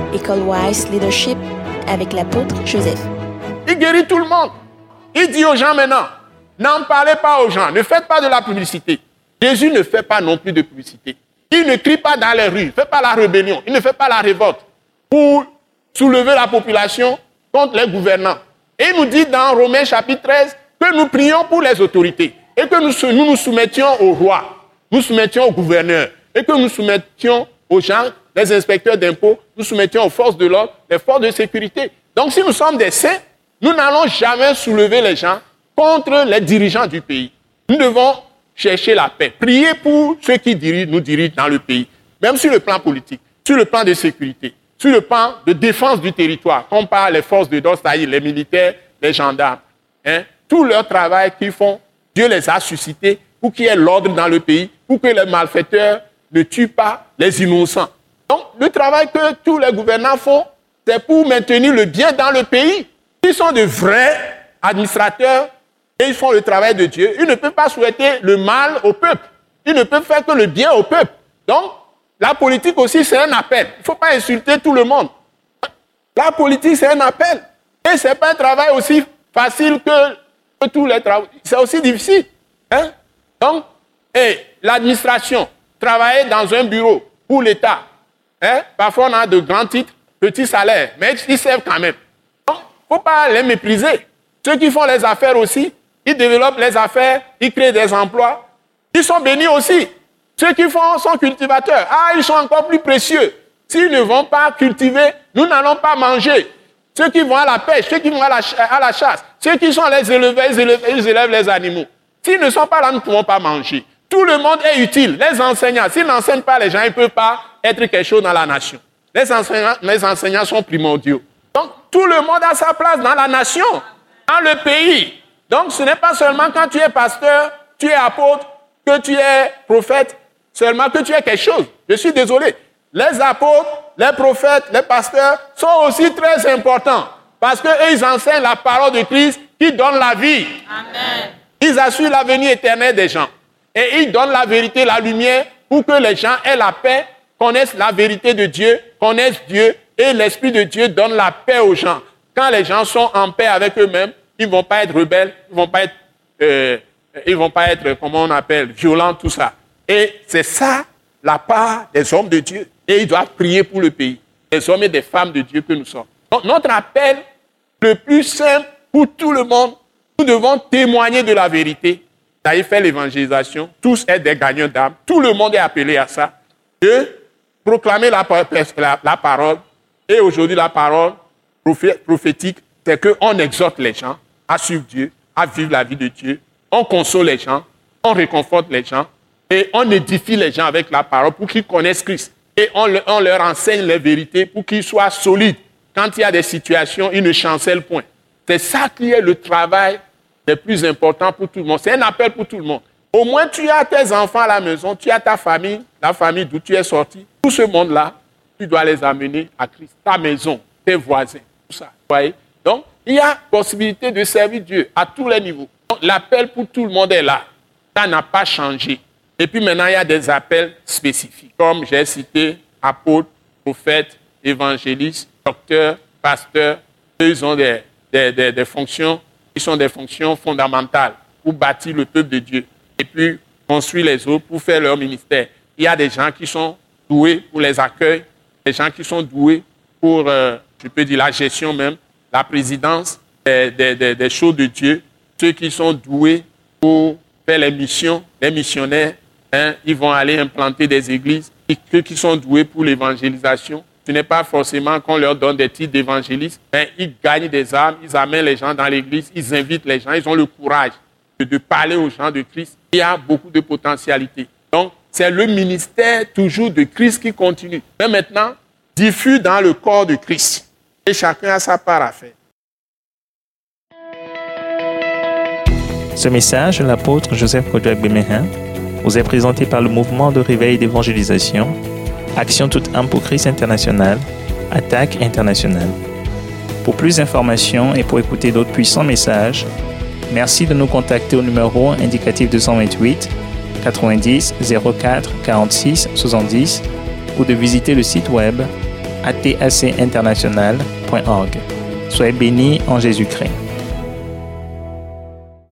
École Wise Leadership avec l'apôtre Joseph. Il guérit tout le monde. Il dit aux gens maintenant, n'en parlez pas aux gens, ne faites pas de la publicité. Jésus ne fait pas non plus de publicité. Il ne crie pas dans les rues, il ne fait pas la rébellion, il ne fait pas la révolte pour soulever la population contre les gouvernants. Et il nous dit dans Romains chapitre 13 que nous prions pour les autorités et que nous nous soumettions au roi, nous soumettions aux gouverneurs et que nous soumettions aux gens, les inspecteurs d'impôts, nous soumettions aux forces de l'ordre, les forces de sécurité. Donc si nous sommes des saints, nous n'allons jamais soulever les gens contre les dirigeants du pays. Nous devons chercher la paix, prier pour ceux qui nous dirigent dans le pays, même sur le plan politique, sur le plan de sécurité, sur le plan de défense du territoire, comme par les forces de l'ordre, c'est-à-dire les militaires, les gendarmes. Tout leur travail qu'ils font, Dieu les a suscités pour qu'il y ait l'ordre dans le pays, pour que les malfaiteurs ne tuent pas les innocents. Donc, le travail que tous les gouvernants font, c'est pour maintenir le bien dans le pays. Ils sont de vrais administrateurs et ils font le travail de Dieu. Ils ne peuvent pas souhaiter le mal au peuple. Ils ne peuvent faire que le bien au peuple. Donc, la politique aussi, c'est un appel. Il ne faut pas insulter tout le monde. La politique, c'est un appel. Et ce n'est pas un travail aussi facile que tous les travaux. C'est aussi difficile. Donc, l'administration, travailler dans un bureau pour l'État. Parfois, on a de grands titres, petits salaires, mais ils servent quand même. Donc, il ne faut pas les mépriser. Ceux qui font les affaires aussi, ils développent les affaires, ils créent des emplois. Ils sont bénis aussi. Ceux qui sont cultivateurs, ils sont encore plus précieux. S'ils ne vont pas cultiver, nous n'allons pas manger. Ceux qui vont à la pêche, ceux qui vont à la chasse, ceux qui sont les éleveurs, ils élèvent les animaux. S'ils ne sont pas là, nous ne pouvons pas manger. Tout le monde est utile. Les enseignants, s'ils n'enseignent pas les gens, ils ne peuvent pas être quelque chose dans la nation. Les enseignants sont primordiaux. Donc, tout le monde a sa place dans la nation, dans le pays. Donc, ce n'est pas seulement quand tu es pasteur, tu es apôtre, que tu es prophète, seulement que tu es quelque chose. Je suis désolé. Les apôtres, les prophètes, les pasteurs sont aussi très importants parce qu'eux, ils enseignent la parole de Christ qui donne la vie. Amen. Ils assurent l'avenir éternel des gens. Et ils donnent la vérité, la lumière pour que les gens aient la paix, connaissent la vérité de Dieu, connaissent Dieu et l'Esprit de Dieu donne la paix aux gens. Quand les gens sont en paix avec eux-mêmes, ils ne vont pas être rebelles, ils ne vont pas être, comment on appelle, violents, tout ça. Et c'est ça la part des hommes de Dieu. Et ils doivent prier pour le pays. Des hommes et des femmes de Dieu que nous sommes. Donc notre appel le plus simple pour tout le monde, nous devons témoigner de la vérité. C'est-à-dire faire l'évangélisation. Tous être des gagnants d'âme. Tout le monde est appelé à ça. De proclamer la parole. Et aujourd'hui, la parole prophétique, c'est qu'on exhorte les gens à suivre Dieu, à vivre la vie de Dieu. On console les gens, on réconforte les gens et on édifie les gens avec la parole pour qu'ils connaissent Christ. Et on leur enseigne les vérités pour qu'ils soient solides. Quand il y a des situations, ils ne chancellent point. C'est ça qui est le travail le plus important pour tout le monde. C'est un appel pour tout le monde. Au moins, tu as tes enfants à la maison, tu as ta famille, la famille d'où tu es sorti. Tout ce monde-là, tu dois les amener à Christ. Ta maison, tes voisins, tout ça. Vous voyez? Donc, il y a possibilité de servir Dieu à tous les niveaux. Donc, l'appel pour tout le monde est là. Ça n'a pas changé. Et puis maintenant, il y a des appels spécifiques. Comme j'ai cité, apôtres, prophètes, évangélistes, docteurs, pasteurs. Eux, ils ont des fonctions qui sont des fonctions fondamentales pour bâtir le peuple de Dieu. Et puis, construire les autres pour faire leur ministère. Il y a des gens qui sont doués pour les accueils, des gens qui sont doués pour, je peux dire, la gestion même, la présidence des choses de Dieu. Ceux qui sont doués pour faire les missions, les missionnaires, ils vont aller implanter des églises. Et ceux qui sont doués pour l'évangélisation, ce n'est pas forcément qu'on leur donne des titres d'évangélistes, mais ils gagnent des âmes, ils amènent les gens dans l'église, ils invitent les gens, ils ont le courage de parler aux gens de Christ. Il y a beaucoup de potentialités. Donc, c'est le ministère toujours de Christ qui continue. Mais maintenant, diffus dans le corps de Christ. Et chacun a sa part à faire. Ce message de l'apôtre Joseph Kodouak Bemehin vous est présenté par le mouvement de réveil d'évangélisation, Action toute âme pour Christ international, Attaque internationale. Pour plus d'informations et pour écouter d'autres puissants messages, merci de nous contacter au numéro indicatif 228 90 04 46 70 ou de visiter le site web atacinternational.org. Soyez bénis en Jésus-Christ.